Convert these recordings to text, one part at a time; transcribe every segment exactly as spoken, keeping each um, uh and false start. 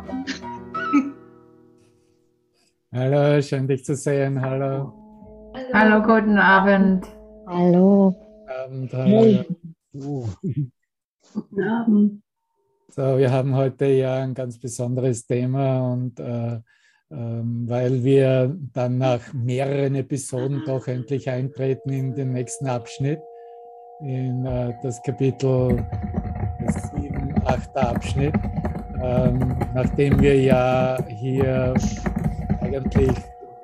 Hallo, schön dich zu sehen. Hallo. Hallo. Hallo, guten Abend. Hallo. Abend, hallo. Uh. Guten Abend. So, wir haben heute ja ein ganz besonderes Thema und äh, ähm, weil wir dann nach mehreren Episoden doch endlich eintreten in den nächsten Abschnitt, in äh, das Kapitel sieben, achter Abschnitt, ähm, nachdem wir ja hier eigentlich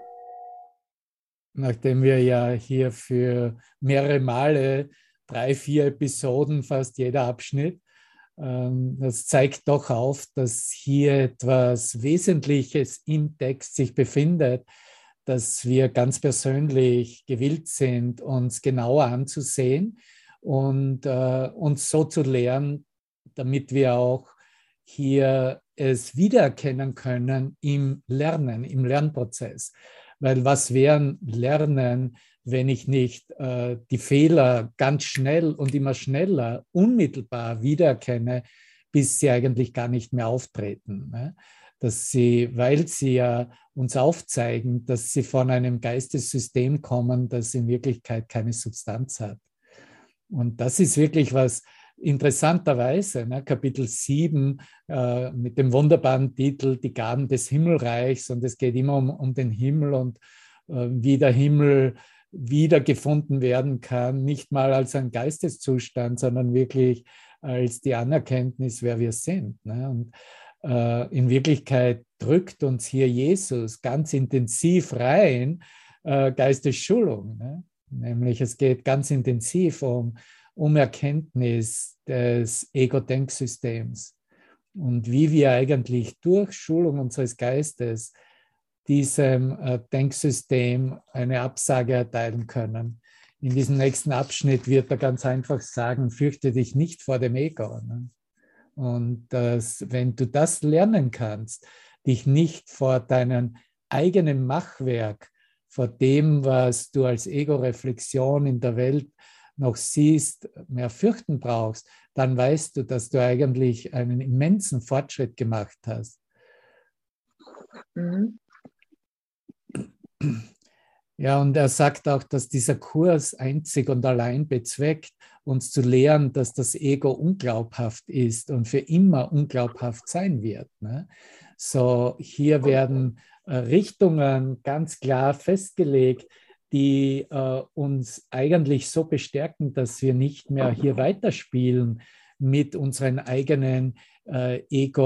nachdem wir ja hier für mehrere Male drei, vier Episoden, fast jeder Abschnitt, ähm, das zeigt doch auf, dass hier etwas Wesentliches im Text sich befindet, dass wir ganz persönlich gewillt sind, uns genauer anzusehen und äh, uns so zu lernen, damit wir auch hier es wiedererkennen können im Lernen, im Lernprozess. Weil was wären Lernen, wenn ich nicht äh, die Fehler ganz schnell und immer schneller, unmittelbar wiedererkenne, bis sie eigentlich gar nicht mehr auftreten. Ne? Dass sie, weil sie ja uns aufzeigen, dass sie von einem Geistessystem kommen, das in Wirklichkeit keine Substanz hat. Und das ist wirklich was interessanterweise, ne, Kapitel sieben äh, mit dem wunderbaren Titel Die Gaben des Himmelreichs, und es geht immer um, um den Himmel und äh, wie der Himmel wiedergefunden werden kann, nicht mal als ein Geisteszustand, sondern wirklich als die Anerkenntnis, wer wir sind. Ne? Und äh, in Wirklichkeit drückt uns hier Jesus ganz intensiv rein, äh, Geistesschulung. Ne? Nämlich es geht ganz intensiv um, um Erkenntnis des Ego-Denksystems und wie wir eigentlich durch Schulung unseres Geistes diesem äh, Denksystem eine Absage erteilen können. In diesem nächsten Abschnitt wird er ganz einfach sagen, fürchte dich nicht vor dem Ego. Ne? Und das, wenn du das lernen kannst, dich nicht vor deinem eigenen Machwerk, vor dem, was du als Ego-Reflexion in der Welt noch siehst, mehr fürchten brauchst, dann weißt du, dass du eigentlich einen immensen Fortschritt gemacht hast. Mhm. Ja, und er sagt auch, dass dieser Kurs einzig und allein bezweckt, uns zu lehren, dass das Ego unglaubhaft ist und für immer unglaubhaft sein wird. Ne? So, hier werden äh, Richtungen ganz klar festgelegt, die äh, uns eigentlich so bestärken, dass wir nicht mehr hier weiterspielen mit unseren eigenen äh,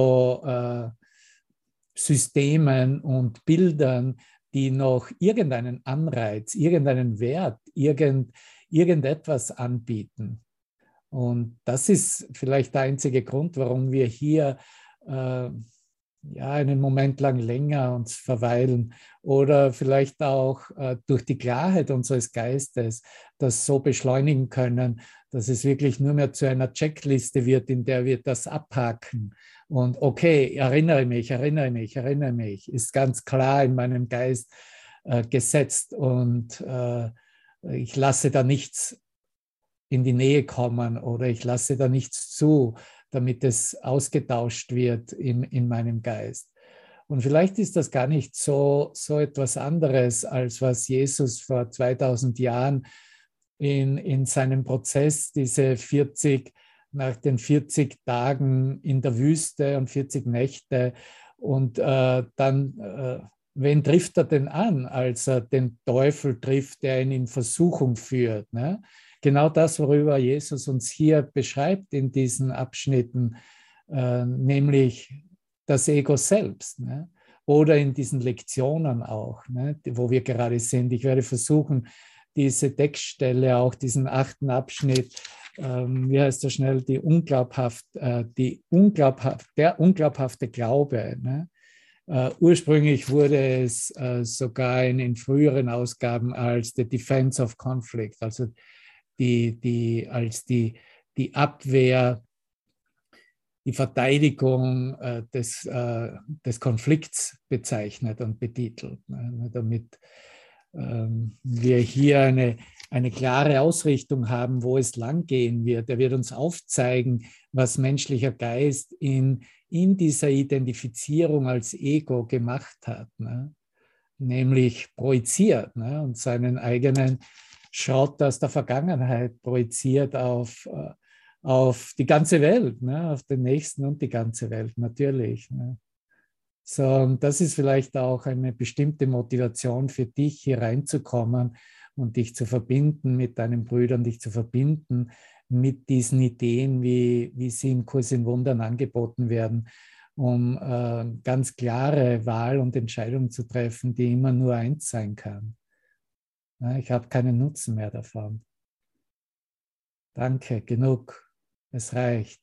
Ego-Systemen äh, und Bildern, die noch irgendeinen Anreiz, irgendeinen Wert, irgend, irgendetwas anbieten. Und das ist vielleicht der einzige Grund, warum wir hier äh, ja, einen Moment lang länger uns verweilen oder vielleicht auch äh, durch die Klarheit unseres Geistes das so beschleunigen können, dass es wirklich nur mehr zu einer Checkliste wird, in der wir das abhaken. Und okay, erinnere mich, erinnere mich, erinnere mich, ist ganz klar in meinem Geist äh, gesetzt und äh, ich lasse da nichts in die Nähe kommen oder ich lasse da nichts zu, damit es ausgetauscht wird in, in meinem Geist. Und vielleicht ist das gar nicht so, so etwas anderes, als was Jesus vor zweitausend Jahren in, in seinem Prozess, diese vierzig, nach den vierzig Tagen in der Wüste und vierzig Nächte und äh, dann, äh, wen trifft er denn an, als er den Teufel trifft, der ihn in Versuchung führt, ne? Genau das, worüber Jesus uns hier beschreibt in diesen Abschnitten, äh, nämlich das Ego selbst, ne? Oder in diesen Lektionen auch, ne? Wo wir gerade sind. Ich werde versuchen, diese Textstelle, auch diesen achten Abschnitt, ähm, wie heißt das schnell, die unglaubhaft, äh, die unglaubhaft, der unglaubhafte Glaube, ne? Uh, ursprünglich wurde es uh, sogar in, in früheren Ausgaben als The Defense of Conflict, also die, die, als die, die Abwehr, die Verteidigung uh, des, uh, des Konflikts bezeichnet und betitelt, ne? Damit ähm, wir hier eine, eine klare Ausrichtung haben, wo es langgehen wird. Er wird uns aufzeigen, was menschlicher Geist in in dieser Identifizierung als Ego gemacht hat, ne? Nämlich projiziert, ne? Und seinen eigenen Schrott aus der Vergangenheit projiziert auf, auf die ganze Welt, ne? Auf den Nächsten und die ganze Welt, natürlich. Ne? So, und das ist vielleicht auch eine bestimmte Motivation für dich, hier reinzukommen und dich zu verbinden mit deinen Brüdern, dich zu verbinden mit diesen Ideen, wie, wie sie im Kurs in Wundern angeboten werden, um äh, ganz klare Wahl und Entscheidungen zu treffen, die immer nur eins sein kann. Ja, ich habe keinen Nutzen mehr davon. Danke, genug. Es reicht.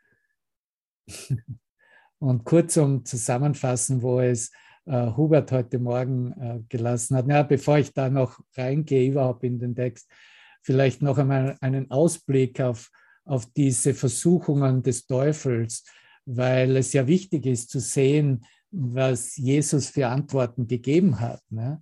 Und kurz um zusammenfassen, wo es äh, Hubert heute Morgen äh, gelassen hat. Ja, bevor ich da noch reingehe, überhaupt in den Text, vielleicht noch einmal einen Ausblick auf, auf diese Versuchungen des Teufels, weil es ja wichtig ist zu sehen, was Jesus für Antworten gegeben hat. Ne?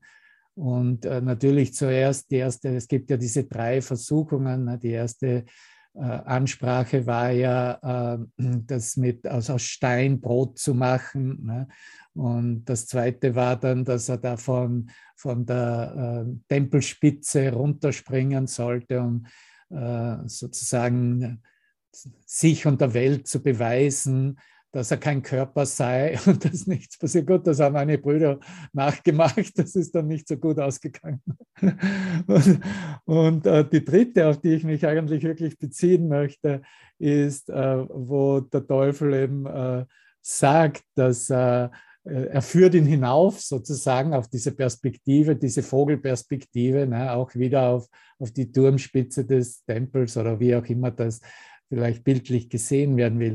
Und äh, natürlich zuerst, die erste, es gibt ja diese drei Versuchungen. Ne? Die erste äh, Ansprache war ja, äh, das mit aus, aus Stein Brot zu machen. Ne? Und das zweite war dann, dass er da von, von der äh, Tempelspitze runterspringen sollte, um äh, sozusagen sich und der Welt zu beweisen, dass er kein Körper sei und dass nichts passiert. Gut, das haben meine Brüder nachgemacht, das ist dann nicht so gut ausgegangen. Und, und äh, die dritte, auf die ich mich eigentlich wirklich beziehen möchte, ist, äh, wo der Teufel eben äh, sagt, dass äh, er führt ihn hinauf sozusagen auf diese Perspektive, diese Vogelperspektive, ne, auch wieder auf, auf die Turmspitze des Tempels oder wie auch immer das vielleicht bildlich gesehen werden will.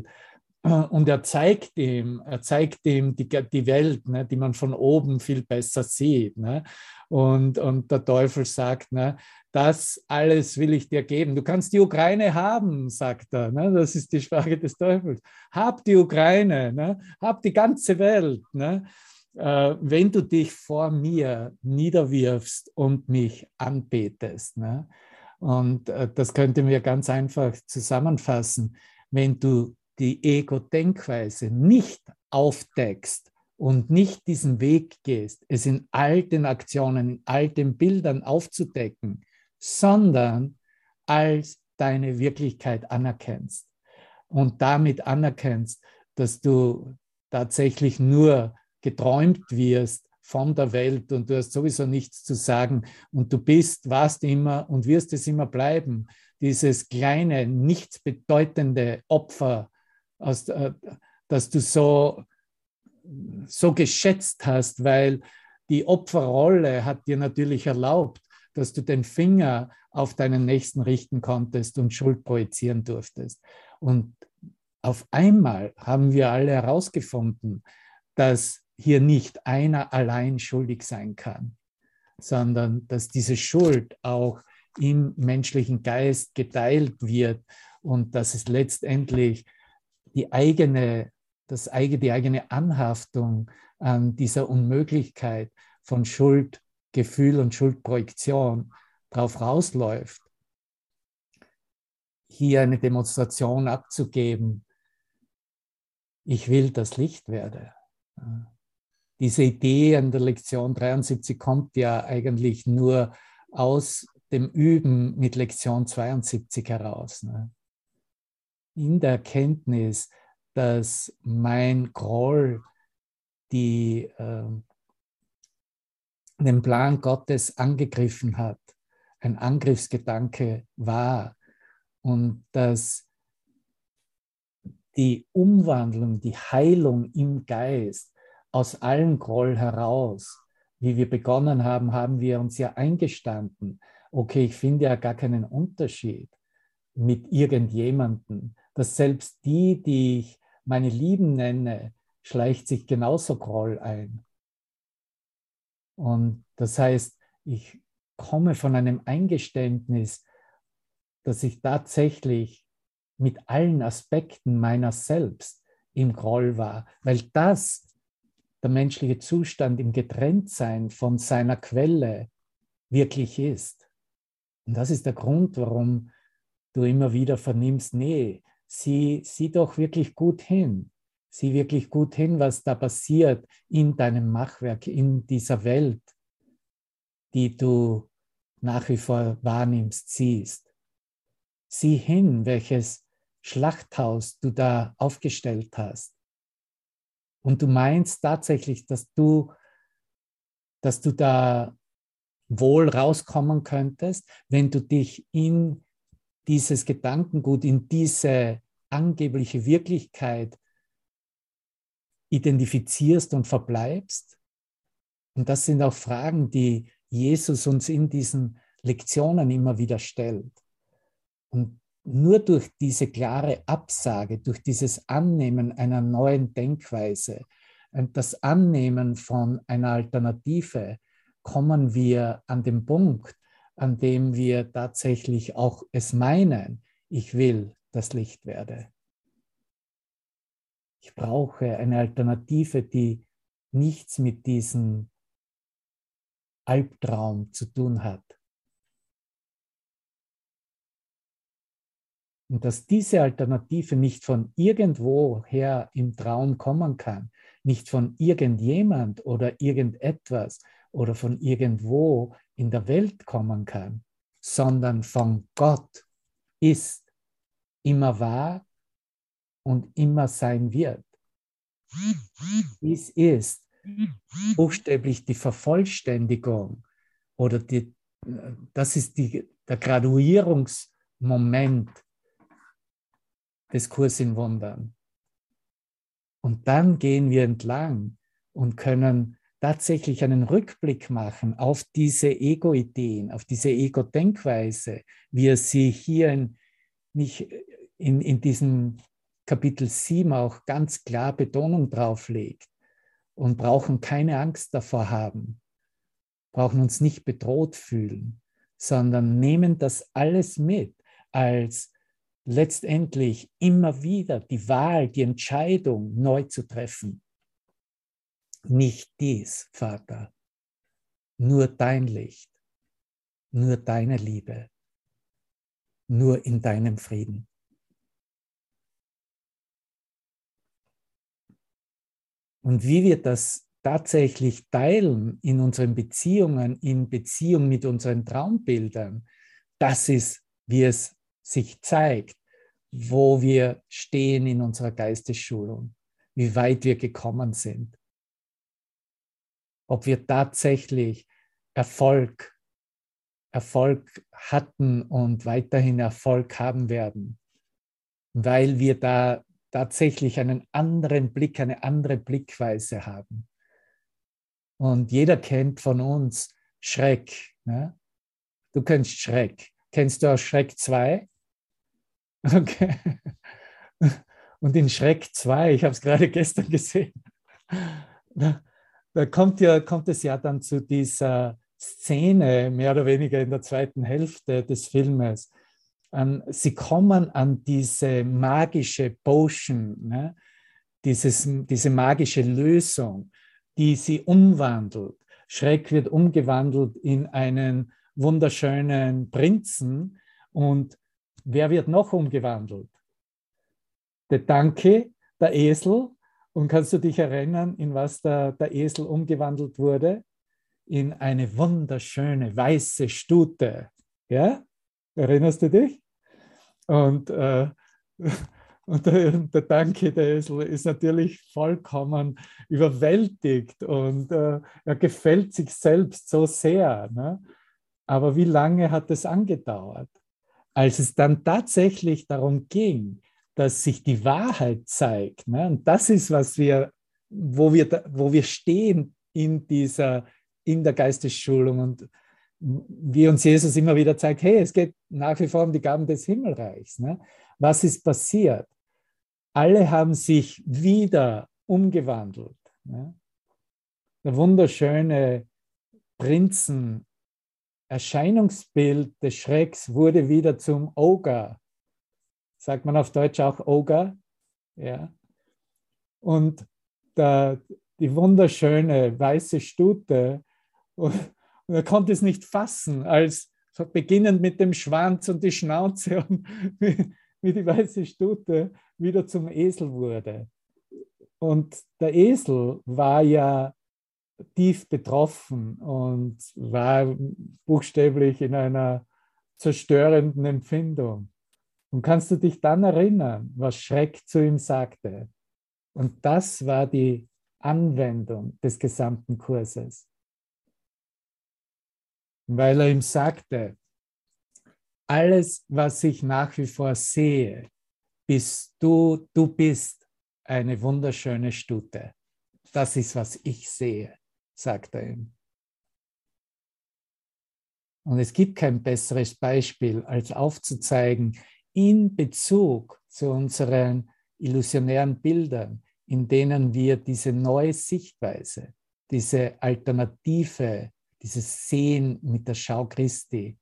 Und er zeigt ihm, er zeigt ihm die, die Welt, ne, die man von oben viel besser sieht. Ne? Und, und der Teufel sagt, ne, das alles will ich dir geben. Du kannst die Ukraine haben, sagt er. Ne? Das ist die Sprache des Teufels. Hab die Ukraine, ne? Hab die ganze Welt. Ne? Äh, wenn du dich vor mir niederwirfst und mich anbetest. Ne? Und äh, das könnte wir ganz einfach zusammenfassen. Wenn du die Ego-Denkweise nicht aufdeckst und nicht diesen Weg gehst, es in all den Aktionen, in all den Bildern aufzudecken, sondern als deine Wirklichkeit anerkennst und damit anerkennst, dass du tatsächlich nur geträumt wirst von der Welt und du hast sowieso nichts zu sagen und du bist, warst immer und wirst es immer bleiben, dieses kleine, nichts bedeutende Opfer, aus, äh, dass du so, so geschätzt hast, weil die Opferrolle hat dir natürlich erlaubt, dass du den Finger auf deinen Nächsten richten konntest und Schuld projizieren durftest. Und auf einmal haben wir alle herausgefunden, dass hier nicht einer allein schuldig sein kann, sondern dass diese Schuld auch im menschlichen Geist geteilt wird und dass es letztendlich die eigene, das, die eigene Anhaftung an dieser Unmöglichkeit von Schuldgefühl und Schuldprojektion darauf rausläuft, hier eine Demonstration abzugeben, ich will das Licht werde. Diese Idee an der Lektion dreiundsiebzig kommt ja eigentlich nur aus dem Üben mit Lektion zweiundsiebzig heraus. Ne? In der Erkenntnis, dass mein Groll die, äh, den Plan Gottes angegriffen hat, ein Angriffsgedanke war und dass die Umwandlung, die Heilung im Geist aus allem Groll heraus, wie wir begonnen haben, haben wir uns ja eingestanden, okay, ich finde ja gar keinen Unterschied mit irgendjemandem, dass selbst die, die ich meine Lieben nenne, schleicht sich genauso Groll ein. Und das heißt, ich komme von einem Eingeständnis, dass ich tatsächlich mit allen Aspekten meiner selbst im Groll war, weil das der menschliche Zustand im Getrenntsein von seiner Quelle wirklich ist. Und das ist der Grund, warum du immer wieder vernimmst, nee, sieh, sieh doch wirklich gut hin. Sieh wirklich gut hin, was da passiert in deinem Machwerk, in dieser Welt, die du nach wie vor wahrnimmst, siehst. Sieh hin, welches Schlachthaus du da aufgestellt hast. Und du meinst tatsächlich, dass du, dass du da wohl rauskommen könntest, wenn du dich in dieses Gedankengut, in diese angebliche Wirklichkeit identifizierst und verbleibst? Und das sind auch Fragen, die Jesus uns in diesen Lektionen immer wieder stellt. Und nur durch diese klare Absage, durch dieses Annehmen einer neuen Denkweise, das Annehmen von einer Alternative, kommen wir an den Punkt, an dem wir tatsächlich auch es meinen, ich will das Licht werde. Ich brauche eine Alternative, die nichts mit diesem Albtraum zu tun hat. Und dass diese Alternative nicht von irgendwoher im Traum kommen kann, nicht von irgendjemand oder irgendetwas oder von irgendwo in der Welt kommen kann, sondern von Gott ist, immer war und immer sein wird. Dies ist buchstäblich die Vervollständigung oder die, das ist die, der Graduierungsmoment des Kurs in Wundern. Und dann gehen wir entlang und können tatsächlich einen Rückblick machen auf diese Ego-Ideen, auf diese Ego-Denkweise, wie er sie hier in, nicht in, in diesem Kapitel sieben auch ganz klar Betonung drauf legt und brauchen keine Angst davor haben, brauchen uns nicht bedroht fühlen, sondern nehmen das alles mit als letztendlich immer wieder die Wahl, die Entscheidung neu zu treffen. Nicht dies, Vater, nur dein Licht, nur deine Liebe, nur in deinem Frieden. Und wie wir das tatsächlich teilen in unseren Beziehungen, in Beziehung mit unseren Traumbildern, das ist, wie es sich zeigt, wo wir stehen in unserer Geistesschulung, wie weit wir gekommen sind. Ob wir tatsächlich Erfolg, Erfolg hatten und weiterhin Erfolg haben werden, weil wir da tatsächlich einen anderen Blick, eine andere Blickweise haben. Und jeder kennt von uns Schreck. Ne? Du kennst Schreck. Kennst du auch Schreck zwei? Okay. Und in Schreck zwei, ich habe es gerade gestern gesehen, da, da kommt, ja, kommt es ja dann zu dieser Szene, mehr oder weniger in der zweiten Hälfte des Filmes. Ähm, sie kommen an diese magische Potion, ne? Dieses, diese magische Lösung, die sie umwandelt. Schreck wird umgewandelt in einen wunderschönen Prinzen. Und wer wird noch umgewandelt? Der Danke, der Esel. Und kannst du dich erinnern, in was der, der Esel umgewandelt wurde? In eine wunderschöne weiße Stute. Ja? Erinnerst du dich? Und, äh, und der, der Danke, der Esel, ist natürlich vollkommen überwältigt und äh, er gefällt sich selbst so sehr. Ne? Aber wie lange hat es angedauert? Als es dann tatsächlich darum ging, dass sich die Wahrheit zeigt. Ne? Und das ist, was wir, wo wir, wo wir stehen in dieser, in der Geistesschulung und wie uns Jesus immer wieder zeigt, hey, es geht nach wie vor um die Gaben des Himmelreichs. Ne? Was ist passiert? Alle haben sich wieder umgewandelt. Ne? Der wunderschöne Prinzen Erscheinungsbild des Schrecks wurde wieder zum Ogre. Sagt man auf Deutsch auch Ogre? Ja. Und der, die wunderschöne weiße Stute, und, und er konnte es nicht fassen, als beginnend mit dem Schwanz und die Schnauze und wie, wie die weiße Stute wieder zum Esel wurde. Und der Esel war ja tief betroffen und war buchstäblich in einer zerstörenden Empfindung. Und kannst du dich dann erinnern, was Schreck zu ihm sagte? Und das war die Anwendung des gesamten Kurses. Weil er ihm sagte, alles, was ich nach wie vor sehe, bist du, du bist eine wunderschöne Stute. Das ist, was ich sehe, sagt er ihm. Und es gibt kein besseres Beispiel, als aufzuzeigen, in Bezug zu unseren illusionären Bildern, in denen wir diese neue Sichtweise, diese Alternative, dieses Sehen mit der Schau Christi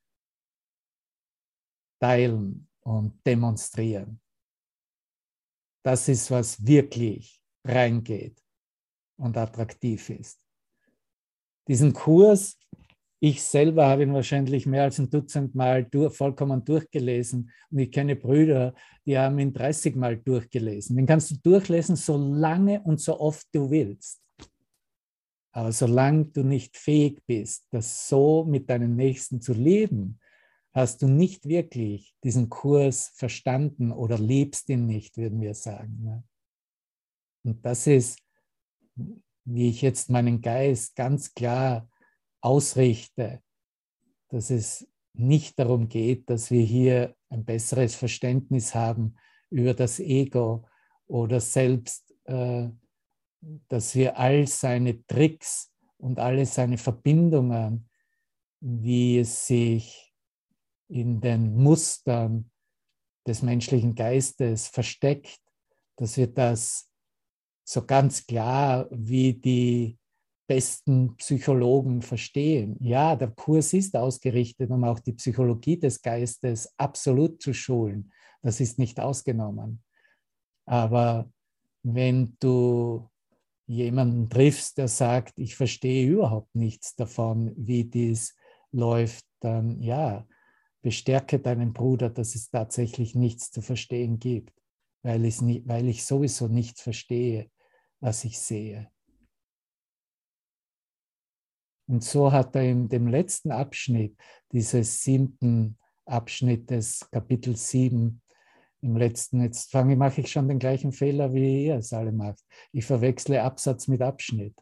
teilen und demonstrieren. Das ist, was wirklich reingeht und attraktiv ist. Diesen Kurs, ich selber habe ihn wahrscheinlich mehr als ein Dutzend Mal durch, vollkommen durchgelesen und ich kenne Brüder, die haben ihn dreißig Mal durchgelesen. Den kannst du durchlesen, so lange und so oft du willst. Aber solange du nicht fähig bist, das so mit deinen Nächsten zu leben, hast du nicht wirklich diesen Kurs verstanden oder lebst ihn nicht, würden wir sagen. Und das ist, wie ich jetzt meinen Geist ganz klar ausrichte, dass es nicht darum geht, dass wir hier ein besseres Verständnis haben über das Ego oder selbst, äh, dass wir all seine Tricks und alle seine Verbindungen, wie es sich in den Mustern des menschlichen Geistes versteckt, dass wir das so ganz klar wie die besten Psychologen verstehen. Ja, der Kurs ist ausgerichtet, um auch die Psychologie des Geistes absolut zu schulen. Das ist nicht ausgenommen. Aber wenn du jemanden triffst, der sagt, ich verstehe überhaupt nichts davon, wie dies läuft, dann ja, bestärke deinen Bruder, dass es tatsächlich nichts zu verstehen gibt, weil, es nie, weil ich sowieso nichts verstehe, was ich sehe. Und so hat er in dem letzten Abschnitt dieses siebten Abschnittes, Kapitel sieben, im letzten, jetzt fange, mache ich schon den gleichen Fehler, wie ihr es alle macht. Ich verwechsle Absatz mit Abschnitt.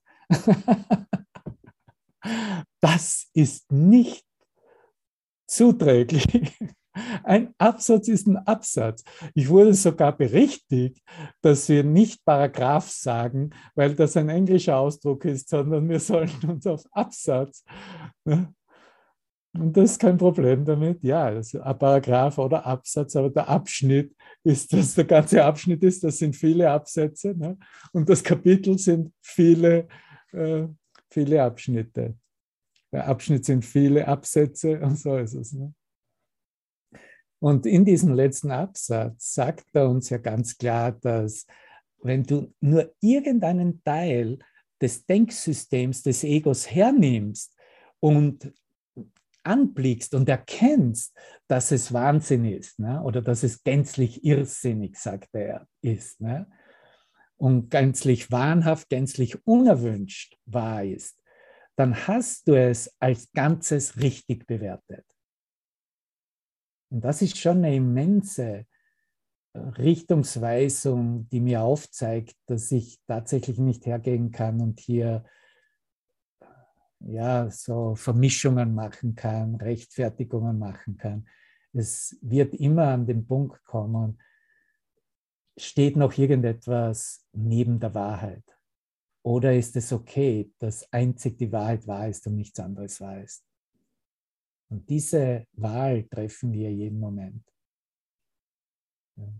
Das ist nicht zuträglich. Ein Absatz ist ein Absatz. Ich wurde sogar berichtigt, dass wir nicht Paragraph sagen, weil das ein englischer Ausdruck ist, sondern wir sollten uns auf Absatz. Und das ist kein Problem damit. Ja, also ein Paragraph oder Absatz, aber der Abschnitt ist, dass der ganze Abschnitt ist, das sind viele Absätze. Ne? Und das Kapitel sind viele, äh, viele Abschnitte. Der Abschnitt sind viele Absätze und so ist es. Ne? Und in diesem letzten Absatz sagt er uns ja ganz klar, dass wenn du nur irgendeinen Teil des Denksystems des Egos hernimmst und anblickst und erkennst, dass es Wahnsinn ist, ne? Oder dass es gänzlich irrsinnig, sagt er, ist, ne? Und gänzlich wahnhaft, gänzlich unerwünscht wahr ist, dann hast du es als Ganzes richtig bewertet. Und das ist schon eine immense Richtungsweisung, die mir aufzeigt, dass ich tatsächlich nicht hergehen kann und hier ja, so Vermischungen machen kann, Rechtfertigungen machen kann. Es wird immer an den Punkt kommen, steht noch irgendetwas neben der Wahrheit? Oder ist es okay, dass einzig die Wahrheit wahr ist und nichts anderes wahr ist? Und diese Wahl treffen wir jeden Moment. Ja.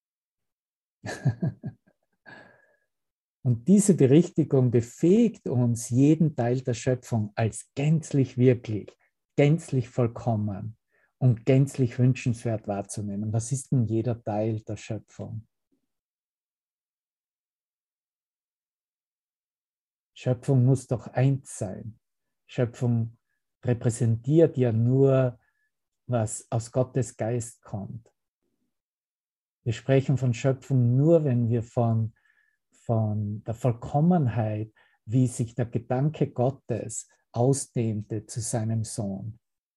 Und diese Berichtigung befähigt uns, jeden Teil der Schöpfung als gänzlich wirklich, gänzlich vollkommen und gänzlich wünschenswert wahrzunehmen. Was ist denn jeder Teil der Schöpfung? Schöpfung muss doch eins sein. Schöpfung repräsentiert ja nur, was aus Gottes Geist kommt. Wir sprechen von Schöpfung nur, wenn wir von von der Vollkommenheit, wie sich der Gedanke Gottes ausdehnte zu seinem Sohn.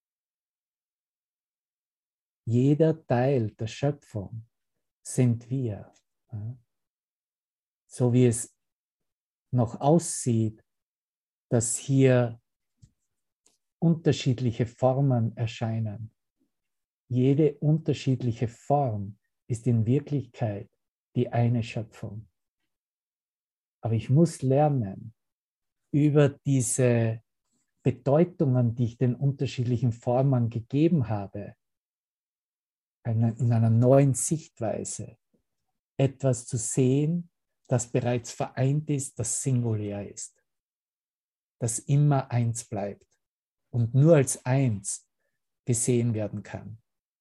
Jeder Teil der Schöpfung sind wir. So wie es noch aussieht, dass hier unterschiedliche Formen erscheinen. Jede unterschiedliche Form ist in Wirklichkeit die eine Schöpfung. Aber ich muss lernen, über diese Bedeutungen, die ich den unterschiedlichen Formen gegeben habe, in einer neuen Sichtweise etwas zu sehen, das bereits vereint ist, das singulär ist, das immer eins bleibt und nur als eins gesehen werden kann.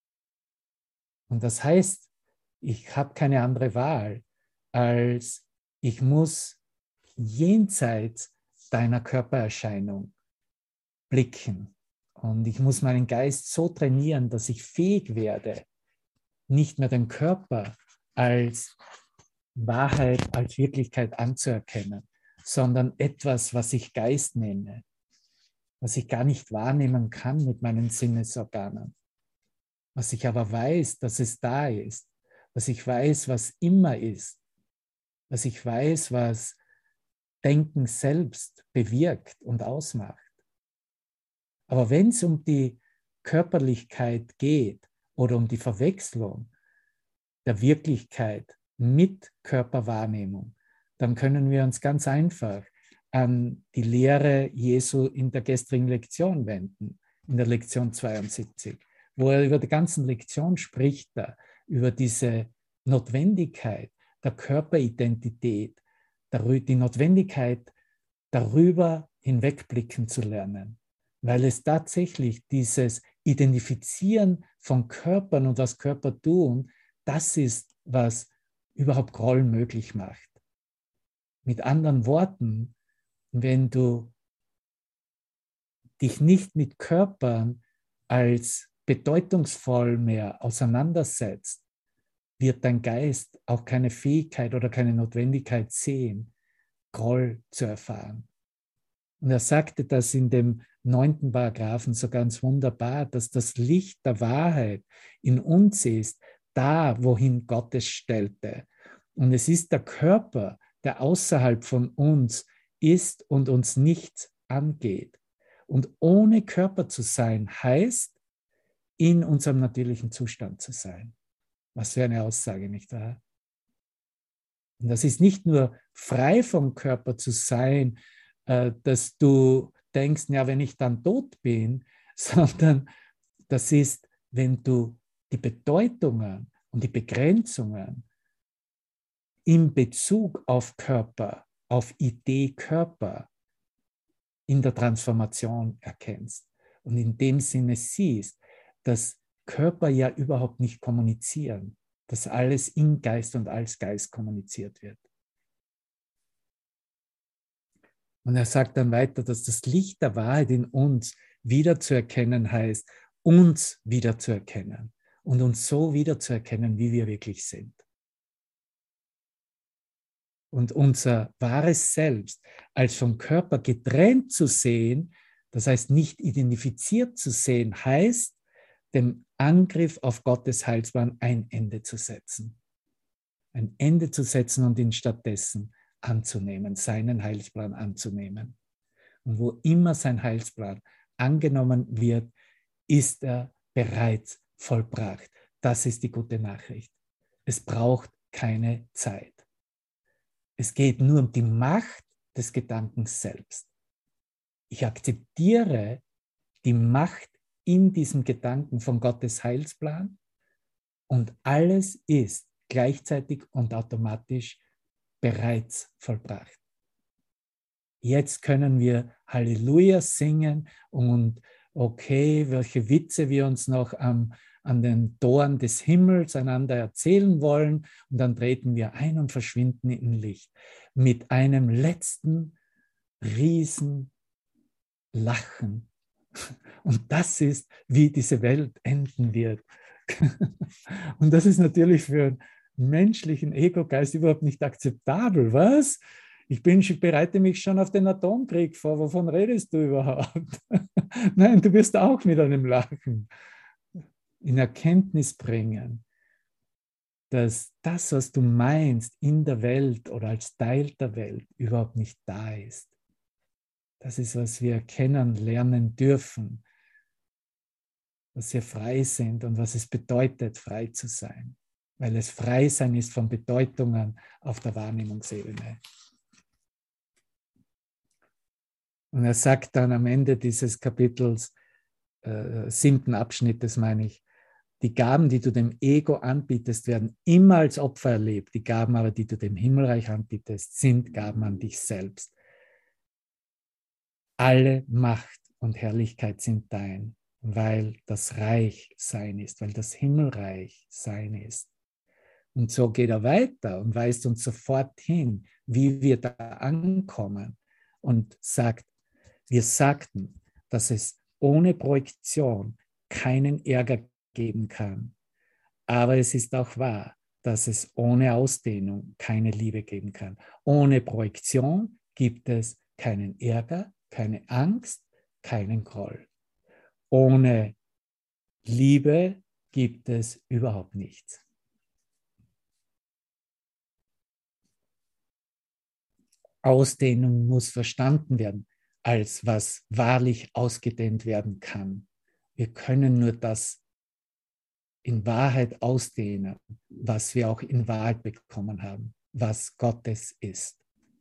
Und das heißt, ich habe keine andere Wahl, als ich muss jenseits deiner Körpererscheinung blicken. Und ich muss meinen Geist so trainieren, dass ich fähig werde, nicht mehr den Körper als Wahrheit, als Wirklichkeit anzuerkennen, sondern etwas, was ich Geist nenne, was ich gar nicht wahrnehmen kann mit meinen Sinnesorganen, was ich aber weiß, dass es da ist, was ich weiß, was immer ist, was ich weiß, was Denken selbst bewirkt und ausmacht. Aber wenn es um die Körperlichkeit geht oder um die Verwechslung der Wirklichkeit mit Körperwahrnehmung, dann können wir uns ganz einfach an die Lehre Jesu in der gestrigen Lektion wenden, in der Lektion zweiundsiebzig, wo er über die ganze Lektion spricht, da, über diese Notwendigkeit der Körperidentität, die Notwendigkeit, darüber hinwegblicken zu lernen, weil es tatsächlich dieses Identifizieren von Körpern und was Körper tun, das ist, was überhaupt Groll möglich macht. Mit anderen Worten, wenn du dich nicht mit Körpern als bedeutungsvoll mehr auseinandersetzt, wird dein Geist auch keine Fähigkeit oder keine Notwendigkeit sehen, Groll zu erfahren. Und er sagte das in dem neunten Paragraphen so ganz wunderbar, dass das Licht der Wahrheit in uns ist, da, wohin Gott es stellte. Und es ist der Körper, der außerhalb von uns ist und uns nichts angeht. Und ohne Körper zu sein, heißt, in unserem natürlichen Zustand zu sein. Was für eine Aussage, nicht wahr? Und das ist nicht nur frei vom Körper zu sein, äh, dass du denkst, ja, wenn ich dann tot bin, sondern das ist, wenn du die Bedeutungen und die Begrenzungen in Bezug auf Körper, auf Idee Körper in der Transformation erkennst und in dem Sinne siehst, dass Körper ja überhaupt nicht kommunizieren, dass alles in Geist und als Geist kommuniziert wird. Und er sagt dann weiter, dass das Licht der Wahrheit in uns wiederzuerkennen heißt, uns wiederzuerkennen und uns so wiederzuerkennen, wie wir wirklich sind. Und unser wahres Selbst als vom Körper getrennt zu sehen, das heißt nicht identifiziert zu sehen, heißt, dem Angriff auf Gottes Heilsplan ein Ende zu setzen. Ein Ende zu setzen und ihn stattdessen anzunehmen, seinen Heilsplan anzunehmen. Und wo immer sein Heilsplan angenommen wird, ist er bereits vollbracht. Das ist die gute Nachricht. Es braucht keine Zeit. Es geht nur um die Macht des Gedankens selbst. Ich akzeptiere die Macht in diesem Gedanken von Gottes Heilsplan und alles ist gleichzeitig und automatisch bereits vollbracht. Jetzt können wir Halleluja singen und okay, welche Witze wir uns noch am, an den Toren des Himmels einander erzählen wollen und dann treten wir ein und verschwinden in Licht mit einem letzten riesen Lachen. Und das ist, wie diese Welt enden wird. Und das ist natürlich für menschlichen Ego-Geist überhaupt nicht akzeptabel. Was? Ich, bin, ich bereite mich schon auf den Atomkrieg vor. Wovon redest du überhaupt? Nein, du wirst auch mit einem Lachen in Erkenntnis bringen, dass das, was du meinst, in der Welt oder als Teil der Welt überhaupt nicht da ist. Das ist, was wir erkennen, lernen dürfen, dass wir frei sind und was es bedeutet, frei zu sein. Weil es frei sein ist von Bedeutungen auf der Wahrnehmungsebene. Und er sagt dann am Ende dieses Kapitels, äh, siebten Abschnittes meine ich, die Gaben, die du dem Ego anbietest, werden immer als Opfer erlebt. Die Gaben aber, die du dem Himmelreich anbietest, sind Gaben an dich selbst. Alle Macht und Herrlichkeit sind dein, weil das Reich sein ist, weil das Himmelreich sein ist. Und so geht er weiter und weist uns sofort hin, wie wir da ankommen und sagt, wir sagten, dass es ohne Projektion keinen Ärger geben kann. Aber es ist auch wahr, dass es ohne Ausdehnung keine Liebe geben kann. Ohne Projektion gibt es keinen Ärger, keine Angst, keinen Groll. Ohne Liebe gibt es überhaupt nichts. Ausdehnung muss verstanden werden als was wahrlich ausgedehnt werden kann. Wir können nur das in Wahrheit ausdehnen, was wir auch in Wahrheit bekommen haben, was Gottes ist.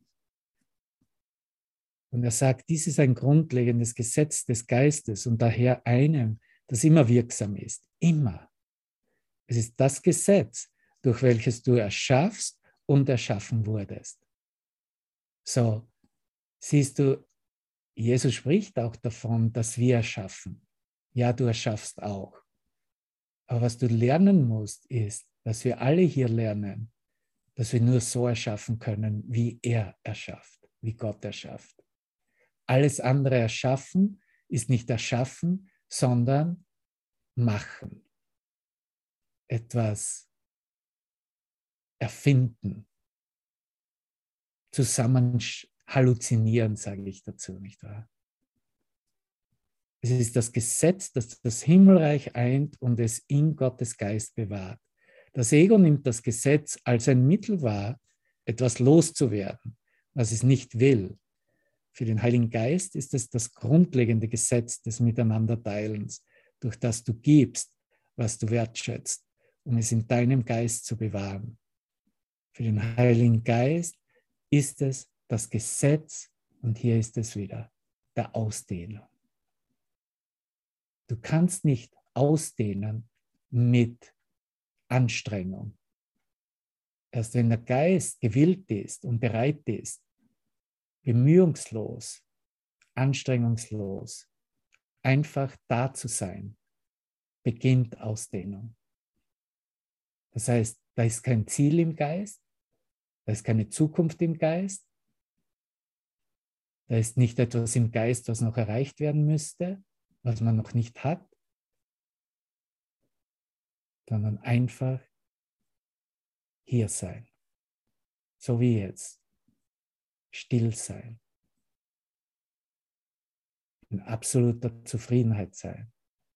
Und er sagt, dies ist ein grundlegendes Gesetz des Geistes und daher einem, das immer wirksam ist. Immer. Es ist das Gesetz, durch welches du erschaffst und erschaffen wurdest. So, siehst du, Jesus spricht auch davon, dass wir erschaffen. Ja, du erschaffst auch. Aber was du lernen musst, ist, dass wir alle hier lernen, dass wir nur so erschaffen können, wie er erschafft, wie Gott erschafft. Alles andere erschaffen ist nicht erschaffen, sondern machen. Etwas erfinden. Zusammen halluzinieren, sage ich dazu, nicht wahr? Es ist das Gesetz, das das Himmelreich eint und es in Gottes Geist bewahrt. Das Ego nimmt das Gesetz als ein Mittel wahr, etwas loszuwerden, was es nicht will. Für den Heiligen Geist ist es das grundlegende Gesetz des Miteinanderteilens, durch das du gibst, was du wertschätzt, um es in deinem Geist zu bewahren. Für den Heiligen Geist ist es das Gesetz, und hier ist es wieder, der Ausdehnung. Du kannst nicht ausdehnen mit Anstrengung. Erst wenn der Geist gewillt ist und bereit ist, bemühungslos, anstrengungslos, einfach da zu sein, beginnt Ausdehnung. Das heißt, da ist kein Ziel im Geist, da ist keine Zukunft im Geist, da ist nicht etwas im Geist, was noch erreicht werden müsste, was man noch nicht hat, sondern einfach hier sein. So wie jetzt. Still sein. In absoluter Zufriedenheit sein.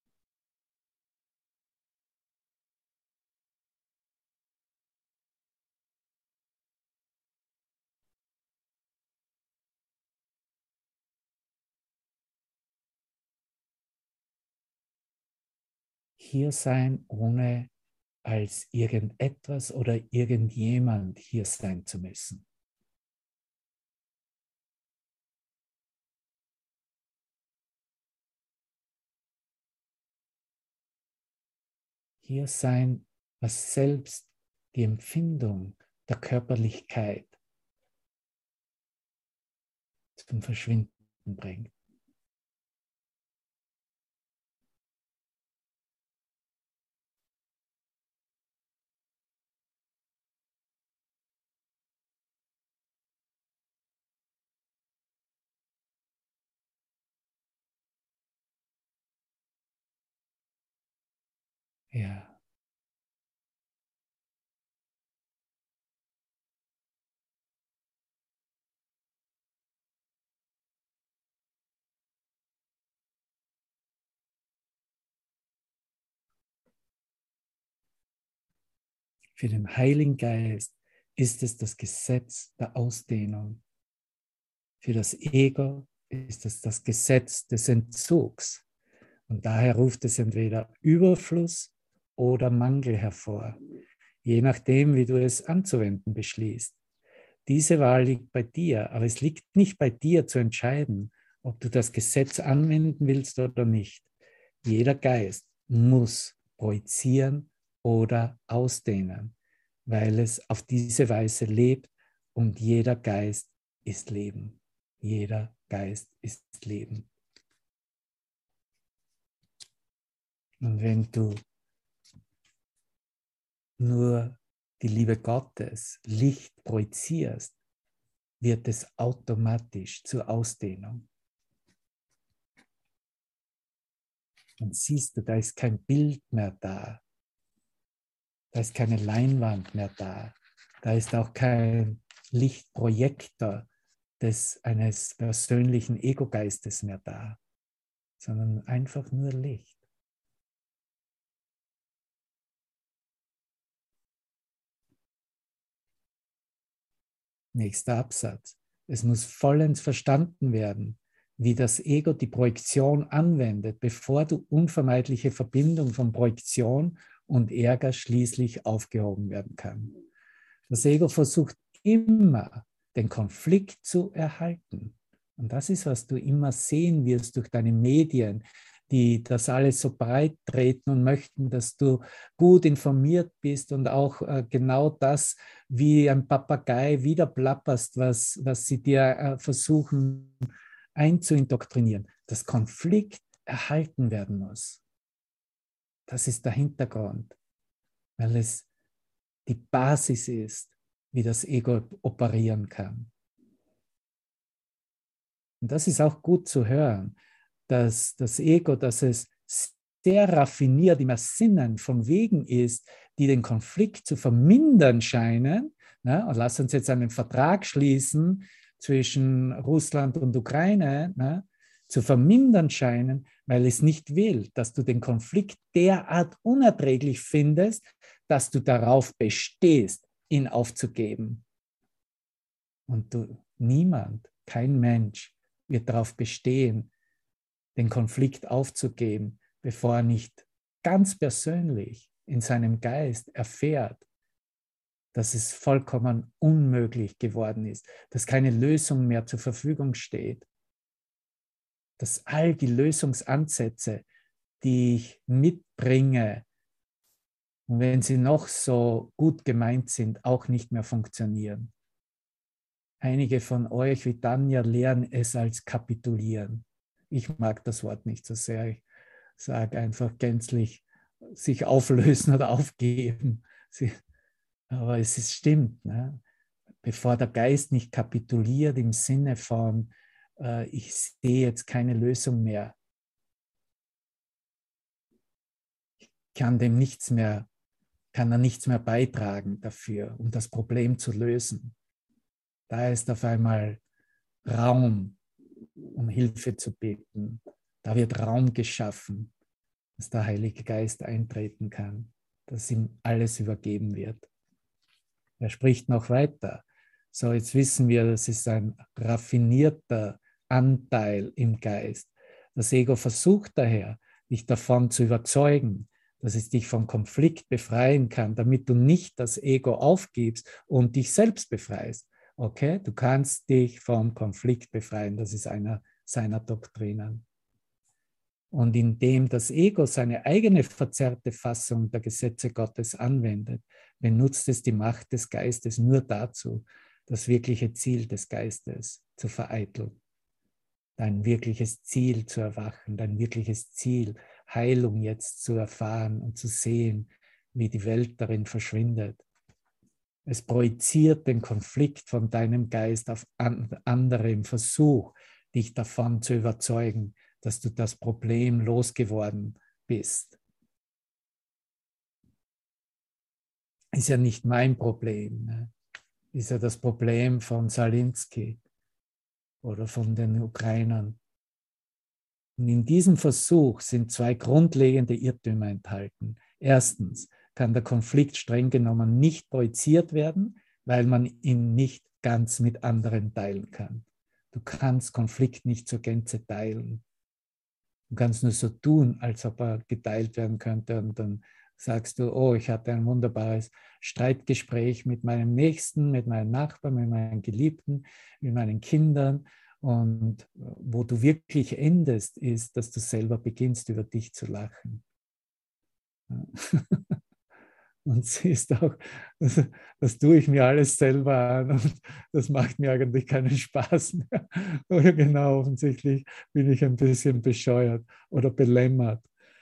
Hier sein, ohne als irgendetwas oder irgendjemand hier sein zu müssen. Hier sein, was selbst die Empfindung der Körperlichkeit zum Verschwinden bringt. Ja. Für den Heiligen Geist ist es das Gesetz der Ausdehnung. Für das Ego ist es das Gesetz des Entzugs. Und daher ruft es entweder Überfluss oder Mangel hervor, je nachdem, wie du es anzuwenden beschließt. Diese Wahl liegt bei dir, aber es liegt nicht bei dir zu entscheiden, ob du das Gesetz anwenden willst oder nicht. Jeder Geist muss projizieren oder ausdehnen, weil es auf diese Weise lebt und jeder Geist ist Leben. Jeder Geist ist Leben. Und wenn du nur die Liebe Gottes, Licht projizierst, wird es automatisch zur Ausdehnung. Dann siehst du, da ist kein Bild mehr da. Da ist keine Leinwand mehr da. Da ist auch kein Lichtprojektor des, eines persönlichen Ego-Geistes mehr da, sondern einfach nur Licht. Nächster Absatz. Es muss vollends verstanden werden, wie das Ego die Projektion anwendet, bevor die unvermeidliche Verbindung von Projektion und Ärger schließlich aufgehoben werden kann. Das Ego versucht immer, den Konflikt zu erhalten. Und das ist, was du immer sehen wirst durch deine Medien, die das alles so breit treten und möchten, dass du gut informiert bist und auch äh, genau das wie ein Papagei wieder plapperst, was, was sie dir äh, versuchen einzuindoktrinieren, dass Konflikt erhalten werden muss. Das ist der Hintergrund, weil es die Basis ist, wie das Ego operieren kann. Und das ist auch gut zu hören, dass das Ego, dass es sehr raffiniert im Ersinnen von Wegen ist, die den Konflikt zu vermindern scheinen. Ne? Und lass uns jetzt einen Vertrag schließen zwischen Russland und Ukraine, ne? Zu vermindern scheinen, weil es nicht will, dass du den Konflikt derart unerträglich findest, dass du darauf bestehst, ihn aufzugeben. Und du, niemand, kein Mensch wird darauf bestehen, den Konflikt aufzugeben, bevor er nicht ganz persönlich in seinem Geist erfährt, dass es vollkommen unmöglich geworden ist, dass keine Lösung mehr zur Verfügung steht, dass all die Lösungsansätze, die ich mitbringe, und wenn sie noch so gut gemeint sind, auch nicht mehr funktionieren. Einige von euch, wie Tanja, lehren es als kapitulieren. Ich mag das Wort nicht so sehr. Ich sage einfach gänzlich sich auflösen oder aufgeben. Sie, aber es ist, stimmt. Ne? Bevor der Geist nicht kapituliert im Sinne von, äh, ich sehe jetzt keine Lösung mehr. Ich kann dem nichts mehr, kann er nichts mehr beitragen dafür, um das Problem zu lösen. Da ist auf einmal Raum, um Hilfe zu bitten. Da wird Raum geschaffen, dass der Heilige Geist eintreten kann, dass ihm alles übergeben wird. Er spricht noch weiter. So, jetzt wissen wir, das ist ein raffinierter Anteil im Geist. Das Ego versucht daher, dich davon zu überzeugen, dass es dich vom Konflikt befreien kann, damit du nicht das Ego aufgibst und dich selbst befreist. Okay, du kannst dich vom Konflikt befreien, das ist einer seiner Doktrinen. Und indem das Ego seine eigene verzerrte Fassung der Gesetze Gottes anwendet, benutzt es die Macht des Geistes nur dazu, das wirkliche Ziel des Geistes zu vereiteln. Dein wirkliches Ziel zu erwachen, dein wirkliches Ziel, Heilung jetzt zu erfahren und zu sehen, wie die Welt darin verschwindet. Es projiziert den Konflikt von deinem Geist auf andere im Versuch, dich davon zu überzeugen, dass du das Problem losgeworden bist. Ist ja nicht mein Problem, ne? Ist ja das Problem von Zelensky oder von den Ukrainern. Und in diesem Versuch sind zwei grundlegende Irrtümer enthalten. Erstens, kann der Konflikt streng genommen nicht projiziert werden, weil man ihn nicht ganz mit anderen teilen kann. Du kannst Konflikt nicht zur Gänze teilen. Du kannst nur so tun, als ob er geteilt werden könnte, und dann sagst du, oh, ich hatte ein wunderbares Streitgespräch mit meinem Nächsten, mit meinem Nachbarn, mit meinen Geliebten, mit meinen Kindern, und wo du wirklich endest, ist, dass du selber beginnst, über dich zu lachen. Und siehst auch, das, das tue ich mir alles selber an und das macht mir eigentlich keinen Spaß mehr. Oder genau, offensichtlich bin ich ein bisschen bescheuert oder belämmert.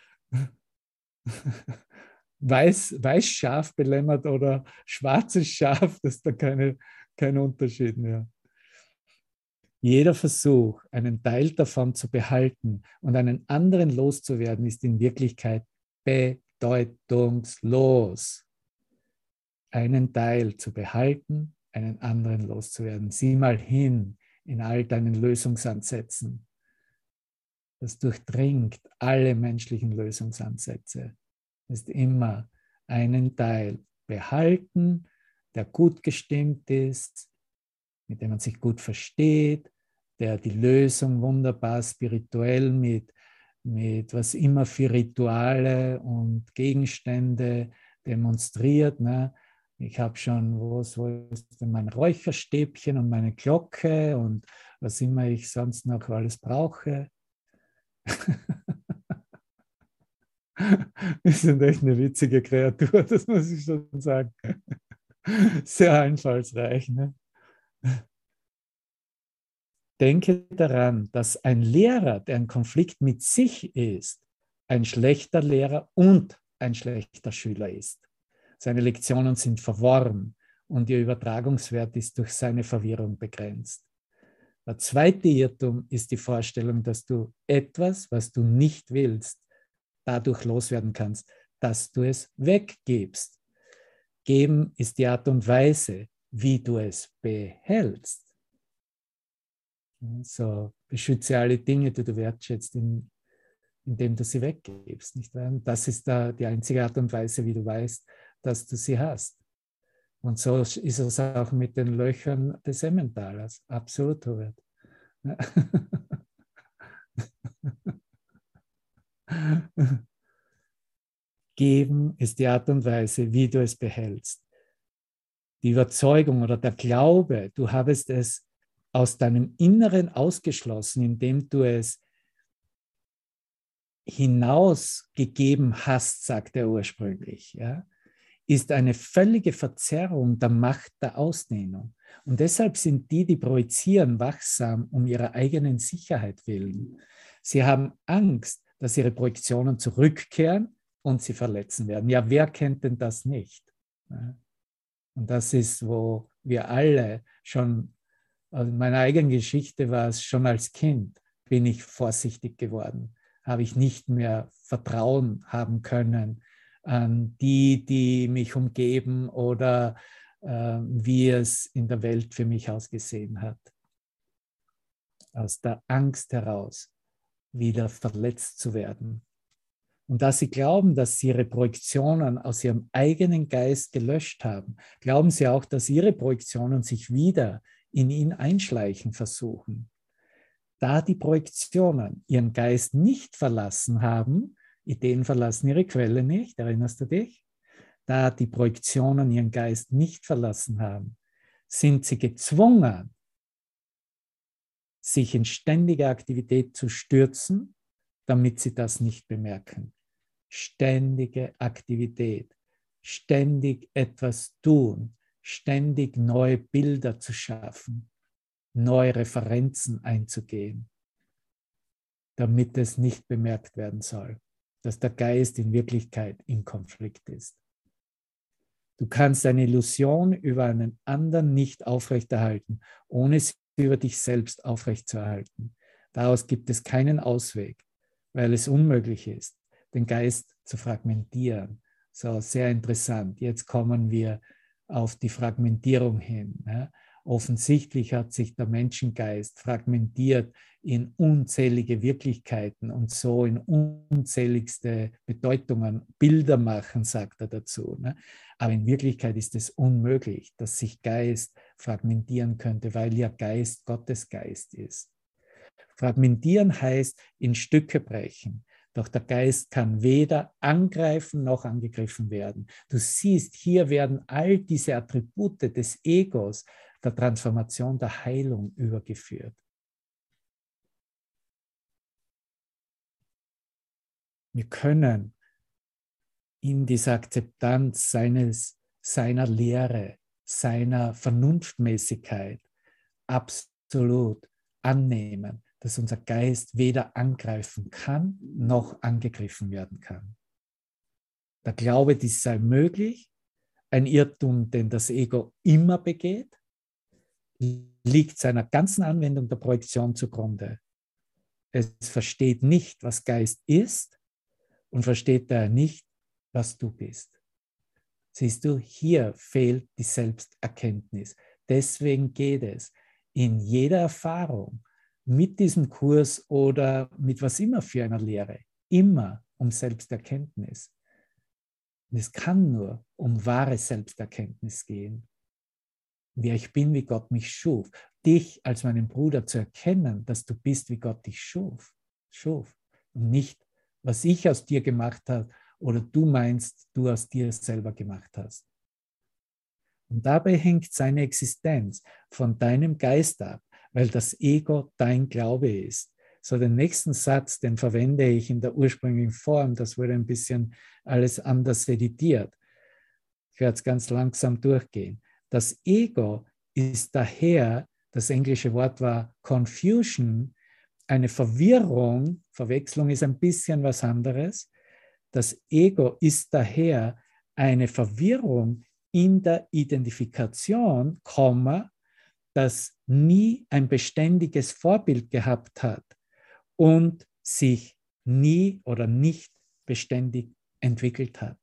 Weiß, weiß Schaf belämmert oder schwarzes Schaf, das ist da keine, kein Unterschied mehr. Jeder Versuch, einen Teil davon zu behalten und einen anderen loszuwerden, ist in Wirklichkeit bedeutungslos. Einen Teil zu behalten, einen anderen loszuwerden. Sieh mal hin in all deinen Lösungsansätzen. Das durchdringt alle menschlichen Lösungsansätze. Das ist immer einen Teil behalten, der gut gestimmt ist, mit dem man sich gut versteht, der die Lösung wunderbar spirituell mit, mit was immer für Rituale und Gegenstände demonstriert. Ne? Ich habe schon, wo ist, wo ist denn mein Räucherstäbchen und meine Glocke und was immer ich sonst noch alles brauche. Wir sind echt eine witzige Kreatur, das muss ich schon sagen. Sehr einfallsreich. Ne? Denke daran, dass ein Lehrer, der ein Konflikt mit sich ist, ein schlechter Lehrer und ein schlechter Schüler ist. Seine Lektionen sind verworren und ihr Übertragungswert ist durch seine Verwirrung begrenzt. Der zweite Irrtum ist die Vorstellung, dass du etwas, was du nicht willst, dadurch loswerden kannst, dass du es weggibst. Geben ist die Art und Weise, wie du es behältst. So, beschütze alle Dinge, die du wertschätzt, in, indem du sie weggibst. Nicht wahr? Das ist da die einzige Art und Weise, wie du weißt, dass du sie hast. Und so ist es auch mit den Löchern des Emmentalers. Absolut, Hubert. Geben ist die Art und Weise, wie du es behältst. Die Überzeugung oder der Glaube, du habest es aus deinem Inneren ausgeschlossen, indem du es hinausgegeben hast, sagt er ursprünglich, ja, ist eine völlige Verzerrung der Macht der Ausdehnung. Und deshalb sind die, die projizieren, wachsam um ihrer eigenen Sicherheit willen. Sie haben Angst, dass ihre Projektionen zurückkehren und sie verletzen werden. Ja, wer kennt denn das nicht? Ja? Und das ist, wo wir alle schon, also in meiner eigenen Geschichte war es schon als Kind, bin ich vorsichtig geworden, habe ich nicht mehr Vertrauen haben können an die, die mich umgeben oder äh, wie es in der Welt für mich ausgesehen hat. Aus der Angst heraus, wieder verletzt zu werden. Und da sie glauben, dass sie ihre Projektionen aus ihrem eigenen Geist gelöscht haben, glauben sie auch, dass ihre Projektionen sich wieder in ihn einschleichen versuchen. Da die Projektionen ihren Geist nicht verlassen haben, Ideen verlassen ihre Quelle nicht, erinnerst du dich? Da die Projektionen ihren Geist nicht verlassen haben, sind sie gezwungen, sich in ständige Aktivität zu stürzen, damit sie das nicht bemerken. Ständige Aktivität, ständig etwas tun, ständig neue Bilder zu schaffen, neue Referenzen einzugehen, damit es nicht bemerkt werden soll, dass der Geist in Wirklichkeit in Konflikt ist. Du kannst eine Illusion über einen anderen nicht aufrechterhalten, ohne sie über dich selbst aufrechtzuerhalten. Daraus gibt es keinen Ausweg, weil es unmöglich ist, den Geist zu fragmentieren. So, sehr interessant. Jetzt kommen wir auf die Fragmentierung hin. Ja? Offensichtlich hat sich der Menschengeist fragmentiert in unzählige Wirklichkeiten und so in unzähligste Bedeutungen. Bilder machen, sagt er dazu. Ne? Aber in Wirklichkeit ist es unmöglich, dass sich Geist fragmentieren könnte, weil ja Geist Gottes Geist ist. Fragmentieren heißt in Stücke brechen. Doch der Geist kann weder angreifen noch angegriffen werden. Du siehst, hier werden all diese Attribute des Egos der Transformation, der Heilung übergeführt. Wir können in dieser Akzeptanz seines, seiner Lehre, seiner Vernunftmäßigkeit absolut annehmen, dass unser Geist weder angreifen kann, noch angegriffen werden kann. Der Glaube, dies sei möglich, ein Irrtum, den das Ego immer begeht, liegt seiner ganzen Anwendung der Projektion zugrunde. Es versteht nicht, was Geist ist und versteht daher nicht, was du bist. Siehst du, hier fehlt die Selbsterkenntnis. Deswegen geht es in jeder Erfahrung mit diesem Kurs oder mit was immer für einer Lehre, immer um Selbsterkenntnis. Und es kann nur um wahre Selbsterkenntnis gehen. Wer ich bin, wie Gott mich schuf. Dich als meinen Bruder zu erkennen, dass du bist, wie Gott dich schuf. schuf. Und nicht, was ich aus dir gemacht habe oder du meinst, du aus dir selber gemacht hast. Und dabei hängt seine Existenz von deinem Geist ab, weil das Ego dein Glaube ist. So, den nächsten Satz, den verwende ich in der ursprünglichen Form, das wurde ein bisschen alles anders editiert. Ich werde es ganz langsam durchgehen. Das Ego ist daher, das englische Wort war Confusion, eine Verwirrung, Verwechslung ist ein bisschen was anderes. Das Ego ist daher eine Verwirrung in der Identifikation, das nie ein beständiges Vorbild gehabt hat und sich nie oder nicht beständig entwickelt hat.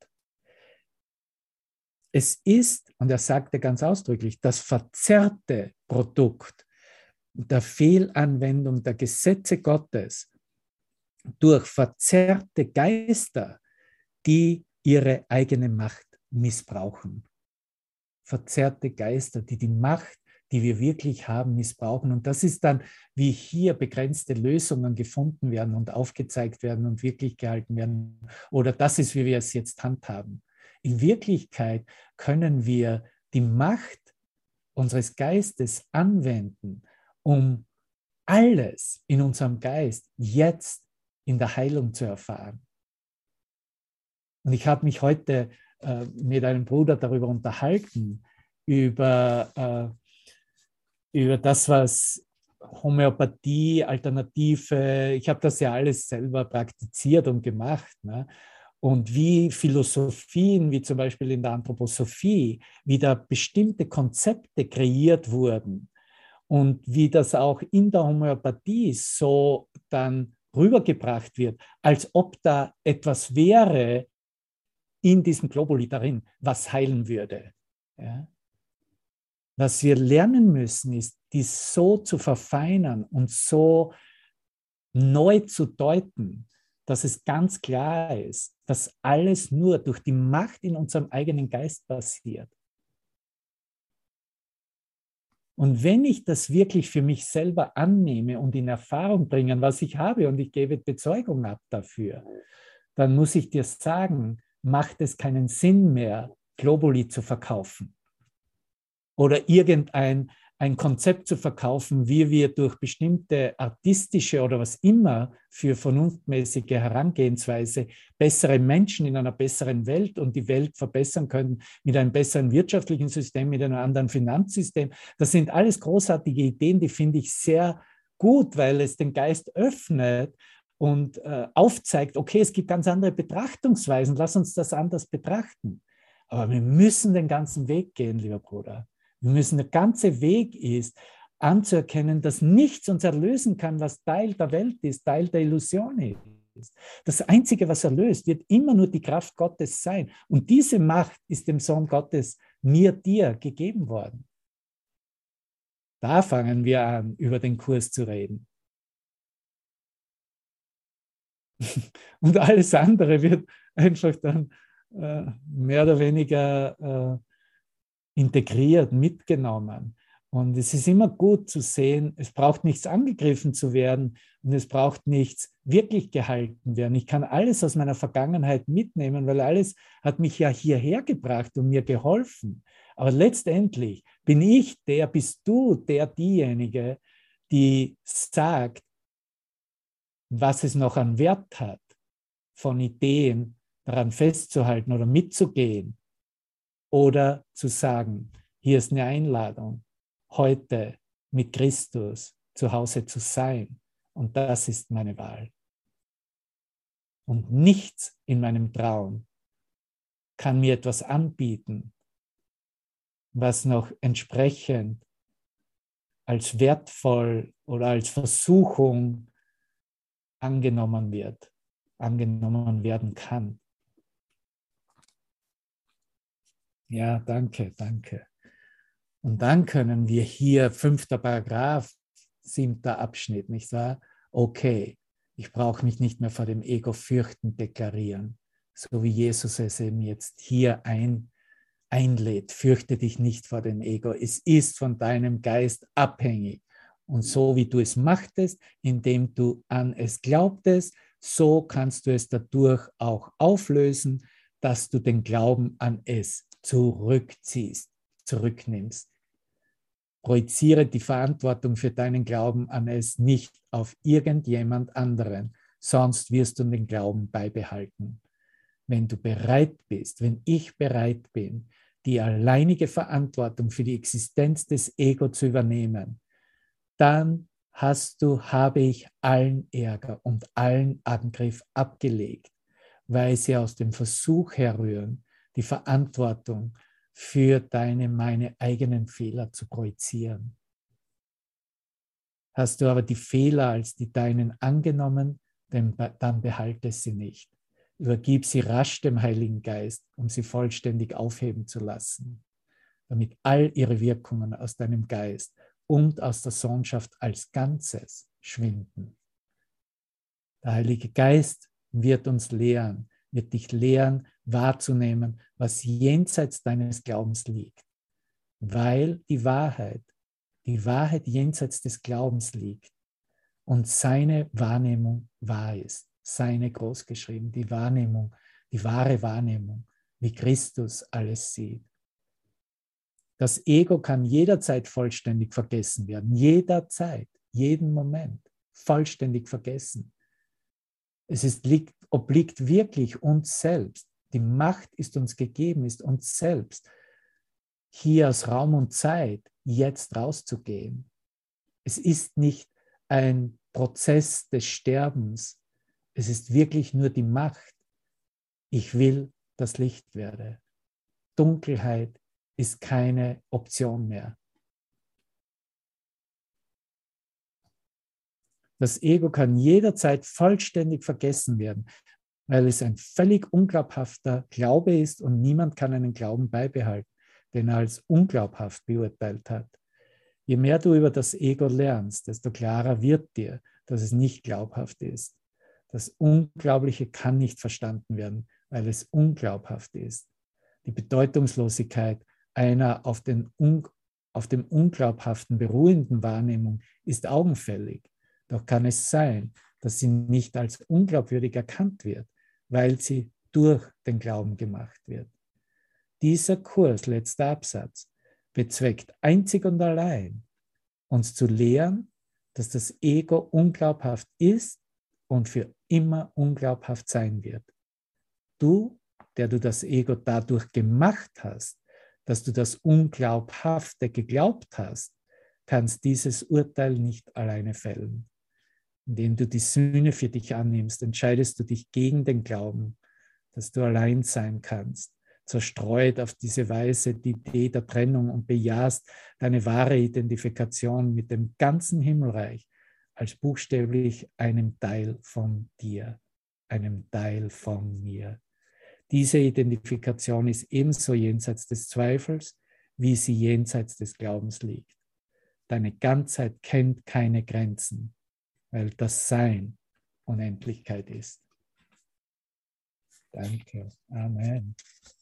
Es ist, und er sagte ganz ausdrücklich, das verzerrte Produkt der Fehlanwendung der Gesetze Gottes durch verzerrte Geister, die ihre eigene Macht missbrauchen. Verzerrte Geister, die die Macht, die wir wirklich haben, missbrauchen. Und das ist dann, wie hier begrenzte Lösungen gefunden werden und aufgezeigt werden und wirklich gehalten werden. Oder das ist, wie wir es jetzt handhaben. In Wirklichkeit können wir die Macht unseres Geistes anwenden, um alles in unserem Geist jetzt in der Heilung zu erfahren. Und ich habe mich heute äh, mit einem Bruder darüber unterhalten, über, äh, über das, was Homöopathie, Alternative, ich habe das ja alles selber praktiziert und gemacht, ne? Und wie Philosophien, wie zum Beispiel in der Anthroposophie, wie da bestimmte Konzepte kreiert wurden und wie das auch in der Homöopathie so dann rübergebracht wird, als ob da etwas wäre in diesem Globuli darin, was heilen würde. Ja? Was wir lernen müssen, ist, dies so zu verfeinern und so neu zu deuten, dass es ganz klar ist, dass alles nur durch die Macht in unserem eigenen Geist passiert. Und wenn ich das wirklich für mich selber annehme und in Erfahrung bringen, was ich habe, und ich gebe Bezeugung ab dafür, dann muss ich dir sagen, macht es keinen Sinn mehr, Globuli zu verkaufen oder irgendein ein Konzept zu verkaufen, wie wir durch bestimmte artistische oder was immer für vernunftmäßige Herangehensweise bessere Menschen in einer besseren Welt und die Welt verbessern können mit einem besseren wirtschaftlichen System, mit einem anderen Finanzsystem. Das sind alles großartige Ideen, die finde ich sehr gut, weil es den Geist öffnet und äh, aufzeigt, okay, es gibt ganz andere Betrachtungsweisen, lass uns das anders betrachten. Aber wir müssen den ganzen Weg gehen, lieber Bruder. Wir müssen, der ganze Weg ist, anzuerkennen, dass nichts uns erlösen kann, was Teil der Welt ist, Teil der Illusion ist. Das Einzige, was erlöst, wird immer nur die Kraft Gottes sein. Und diese Macht ist dem Sohn Gottes, mir, dir, gegeben worden. Da fangen wir an, über den Kurs zu reden. Und alles andere wird einfach dann äh, mehr oder weniger äh, integriert, mitgenommen. Und es ist immer gut zu sehen, es braucht nichts angegriffen zu werden und es braucht nichts wirklich gehalten werden. Ich kann alles aus meiner Vergangenheit mitnehmen, weil alles hat mich ja hierher gebracht und mir geholfen. Aber letztendlich bin ich der, bist du der, diejenige, die sagt, was es noch an Wert hat, von Ideen daran festzuhalten oder mitzugehen oder zu sagen, hier ist eine Einladung, heute mit Christus zu Hause zu sein. Und das ist meine Wahl. Und nichts in meinem Traum kann mir etwas anbieten, was noch entsprechend als wertvoll oder als Versuchung angenommen wird, angenommen werden kann. Ja, danke, danke. Und dann können wir hier, fünfter Paragraph, siebter Abschnitt, nicht wahr? Okay, ich brauche mich nicht mehr vor dem Ego fürchten, deklarieren, so wie Jesus es eben jetzt hier ein, einlädt. Fürchte dich nicht vor dem Ego. Es ist von deinem Geist abhängig. Und so wie du es machtest, indem du an es glaubtest, so kannst du es dadurch auch auflösen, dass du den Glauben an es zurückziehst, zurücknimmst. Projiziere die Verantwortung für deinen Glauben an es nicht auf irgendjemand anderen, sonst wirst du den Glauben beibehalten. Wenn du bereit bist, wenn ich bereit bin, die alleinige Verantwortung für die Existenz des Ego zu übernehmen, dann hast du, habe ich allen Ärger und allen Angriff abgelegt, weil sie aus dem Versuch herrühren, die Verantwortung für deine, meine eigenen Fehler zu projizieren. Hast du aber die Fehler als die deinen angenommen, dann behalte sie nicht. Übergib sie rasch dem Heiligen Geist, um sie vollständig aufheben zu lassen, damit all ihre Wirkungen aus deinem Geist und aus der Sohnschaft als Ganzes schwinden. Der Heilige Geist wird uns lehren, wird dich lehren, wahrzunehmen, was jenseits deines Glaubens liegt. Weil die Wahrheit, die Wahrheit jenseits des Glaubens liegt und seine Wahrnehmung wahr ist. Seine großgeschrieben, die Wahrnehmung, die wahre Wahrnehmung, wie Christus alles sieht. Das Ego kann jederzeit vollständig vergessen werden. Jederzeit, jeden Moment vollständig vergessen. Es ist, liegt, obliegt wirklich uns selbst. Die Macht ist uns gegeben, ist uns selbst, hier aus Raum und Zeit jetzt rauszugehen. Es ist nicht ein Prozess des Sterbens. Es ist wirklich nur die Macht. Ich will, dass Licht werde. Dunkelheit ist keine Option mehr. Das Ego kann jederzeit vollständig vergessen werden, weil es ein völlig unglaubhafter Glaube ist und niemand kann einen Glauben beibehalten, den er als unglaubhaft beurteilt hat. Je mehr du über das Ego lernst, desto klarer wird dir, dass es nicht glaubhaft ist. Das Unglaubliche kann nicht verstanden werden, weil es unglaubhaft ist. Die Bedeutungslosigkeit einer auf, den Un- auf dem Unglaubhaften beruhenden Wahrnehmung ist augenfällig. Doch kann es sein, dass sie nicht als unglaubwürdig erkannt wird, weil sie durch den Glauben gemacht wird. Dieser Kurs, letzter Absatz, bezweckt einzig und allein, uns zu lehren, dass das Ego unglaubhaft ist und für immer unglaubhaft sein wird. Du, der du das Ego dadurch gemacht hast, dass du das Unglaubhafte geglaubt hast, kannst dieses Urteil nicht alleine fällen. Indem du die Sühne für dich annimmst, entscheidest du dich gegen den Glauben, dass du allein sein kannst, zerstreut auf diese Weise die Idee der Trennung und bejahst deine wahre Identifikation mit dem ganzen Himmelreich als buchstäblich einem Teil von dir, einem Teil von mir. Diese Identifikation ist ebenso jenseits des Zweifels, wie sie jenseits des Glaubens liegt. deine Ganzheit kennt keine Grenzen, weil das Sein Unendlichkeit ist. Danke. Amen.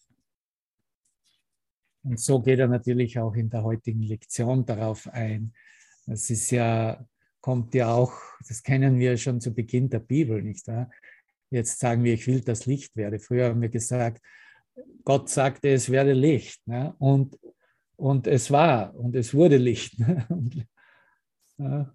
Und so geht er natürlich auch in der heutigen Lektion darauf ein. Das ist ja, kommt ja auch, das kennen wir schon zu Beginn der Bibel, nicht wahr? Jetzt sagen wir, ich will, dass Licht werde. Früher haben wir gesagt, Gott sagte, es werde Licht. Ne? Und, und es war, und es wurde Licht. Ne? Und, ja.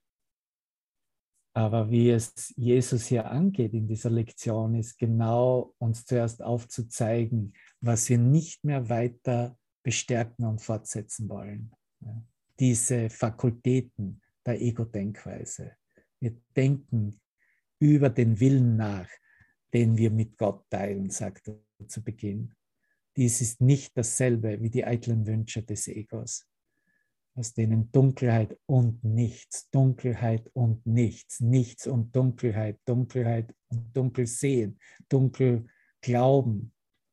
Aber wie es Jesus hier angeht in dieser Lektion, ist genau uns zuerst aufzuzeigen, was wir nicht mehr weiter bestärken und fortsetzen wollen. Ja. Diese Fakultäten der Ego-Denkweise. Wir denken über den Willen nach, den wir mit Gott teilen, sagt er zu Beginn. Dies ist nicht dasselbe wie die eitlen Wünsche des Egos, aus denen Dunkelheit und Nichts, Dunkelheit und Nichts, Nichts und Dunkelheit, Dunkelheit und Dunkel sehen, Dunkel glauben.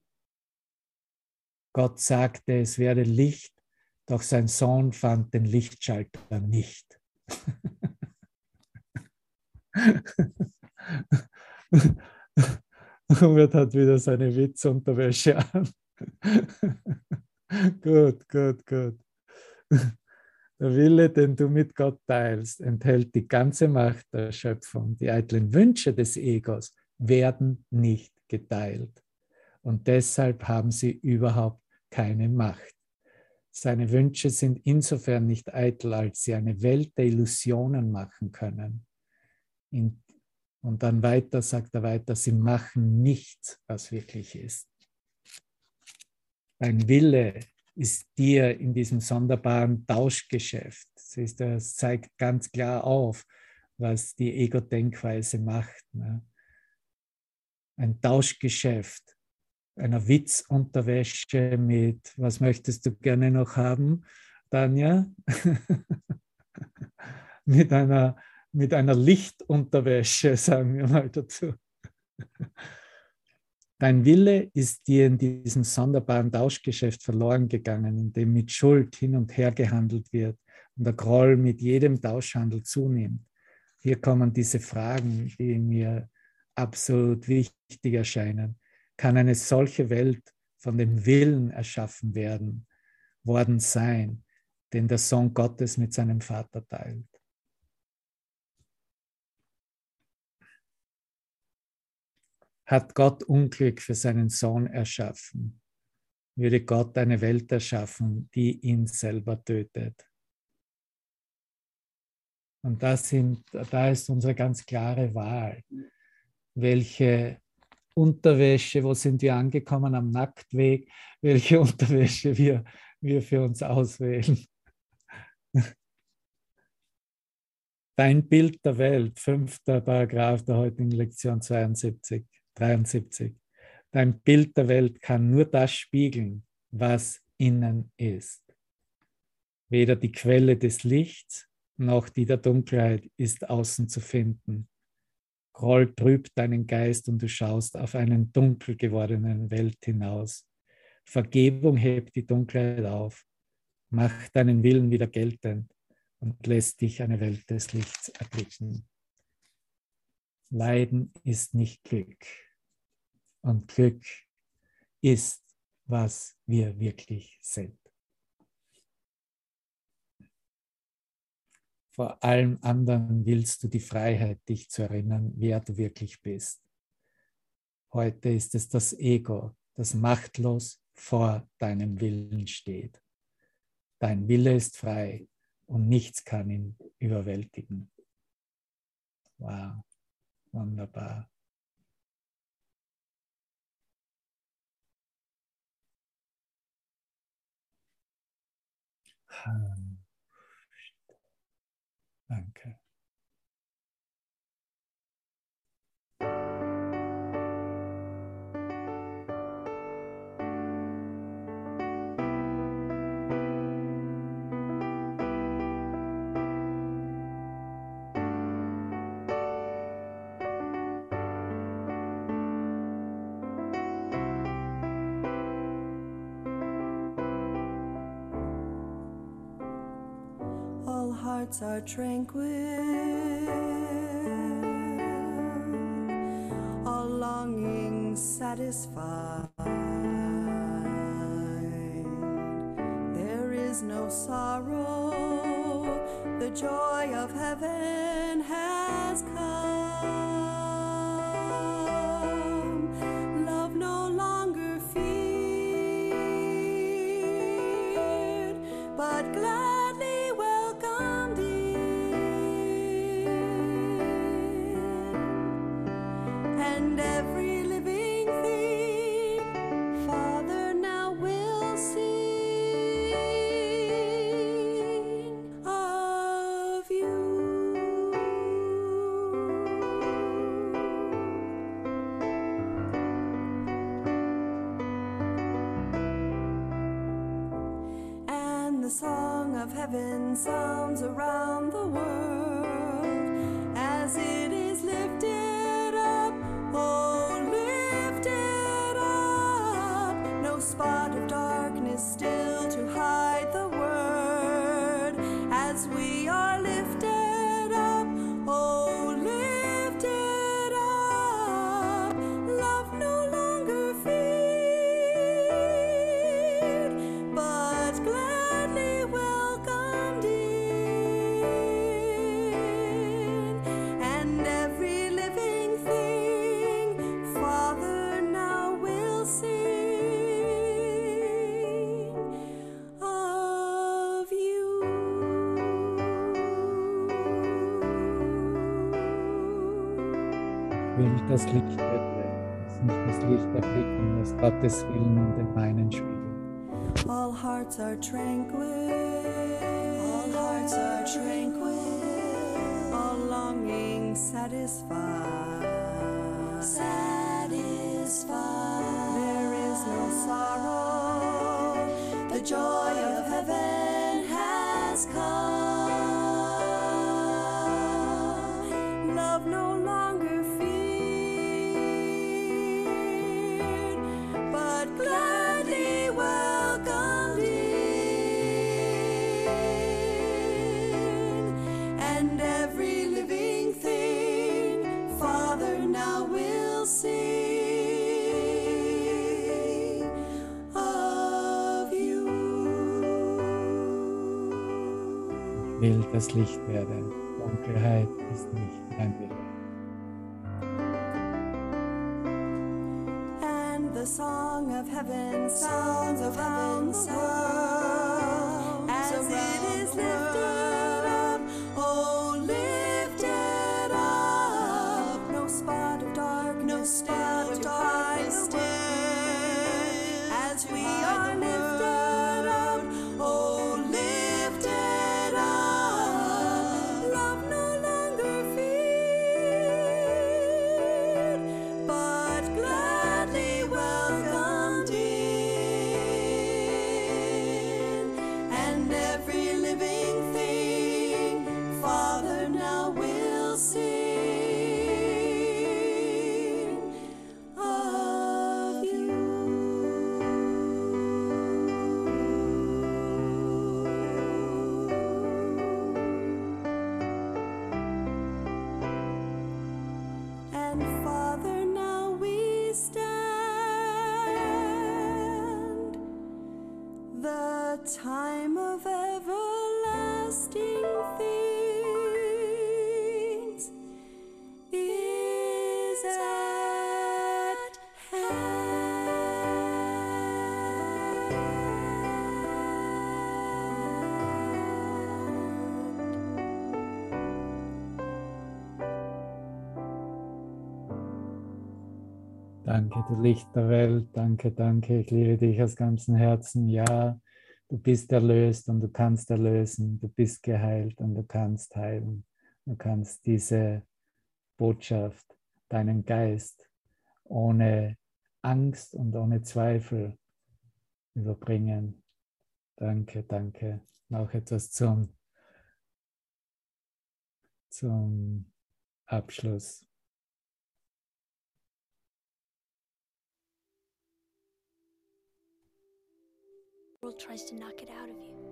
Gott sagte, es werde Licht, doch sein Sohn fand den Lichtschalter nicht. Robert hat wieder seine Witzunterwäsche an. Gut, gut, gut. Der Wille, den du mit Gott teilst, enthält die ganze Macht der Schöpfung. Die eitlen Wünsche des Egos werden nicht geteilt. Und deshalb haben sie überhaupt keine Macht. Seine Wünsche sind insofern nicht eitel, als sie eine Welt der Illusionen machen können. In, und dann weiter sagt er weiter, sie machen nichts, was wirklich ist. Dein Wille ist dir in diesem sonderbaren Tauschgeschäft. Das zeigt ganz klar auf, was die Ego-Denkweise macht. Ne? Ein Tauschgeschäft einer Witzunterwäsche mit, was möchtest du gerne noch haben, Tanja? mit, einer, mit einer Lichtunterwäsche, sagen wir mal dazu. Dein Wille ist dir in diesem sonderbaren Tauschgeschäft verloren gegangen, in dem mit Schuld hin und her gehandelt wird und der Groll mit jedem Tauschhandel zunimmt. Hier kommen diese Fragen, die mir absolut wichtig erscheinen. Kann eine solche Welt von dem Willen erschaffen werden, worden sein, den der Sohn Gottes mit seinem Vater teilt? Hat Gott Unglück für seinen Sohn erschaffen? Würde Gott eine Welt erschaffen, die ihn selber tötet? Und das sind, da ist unsere ganz klare Wahl. Welche Unterwäsche, wo sind wir angekommen am Nacktweg, welche Unterwäsche wir, wir für uns auswählen. Dein Bild der Welt, fünfter Paragraph der heutigen Lektion zweiundsiebzig, dreiundsiebzig. Dein Bild der Welt kann nur das spiegeln, was innen ist. Weder die Quelle des Lichts noch die der Dunkelheit ist außen zu finden. Groll trübt deinen Geist und du schaust auf einen dunkel gewordenen Welt hinaus. Vergebung hebt die Dunkelheit auf, macht deinen Willen wieder geltend und lässt dich eine Welt des Lichts erblicken. Leiden ist nicht Glück und Glück ist, was wir wirklich sind. Vor allem anderen willst du die Freiheit, dich zu erinnern, wer du wirklich bist. Heute ist es das Ego, das machtlos vor deinem Willen steht. Dein Wille ist frei und nichts kann ihn überwältigen. Wow, wunderbar. Danke. hearts are tranquil, all longing satisfied. There is no sorrow, the joy of heaven has come. Love no longer feared, but gladly welcomed in. And every living thing, Father, now will sing of you. And the song of heaven sounds around the world as it is lifted up, oh, lifted up. No spot of darkness still to hide the word as we are lifted up, oh, lifted up. Love no longer feared, but gladly welcomed in. And every living thing, Father, now will sing of you. Will das Licht erblicken, lass mich das Licht erblicken, das Gottes Willen und den meinen spiegeln. All hearts are tranquil, all hearts are tranquil, all longing satisfied, satisfied. There is no sorrow, the joy of heaven has come. Love no longer feared, but gladly welcomed in. And every living thing, Father, now will sing of you. Will das Licht werden, Dunkelheit ist nicht mein Wille. And the song of heaven sounds around the world as it is lifted up, oh, lifted up. No spot of darkness, no spot of darkness as we are lifted up, oh, lifted up. Love no longer feared, but gladly welcomed in. And every living thing, Father, now will sing of you. And Father, now we stand, the time of everlasting things is at Danke, du Licht der Welt, danke, danke, ich liebe dich aus ganzem Herzen. Ja, du bist erlöst und du kannst erlösen, du bist geheilt und du kannst heilen. Du kannst diese Botschaft, deinen Geist ohne Angst und ohne Zweifel überbringen. Danke, danke. Noch etwas zum, zum Abschluss. The world tries to knock it out of you.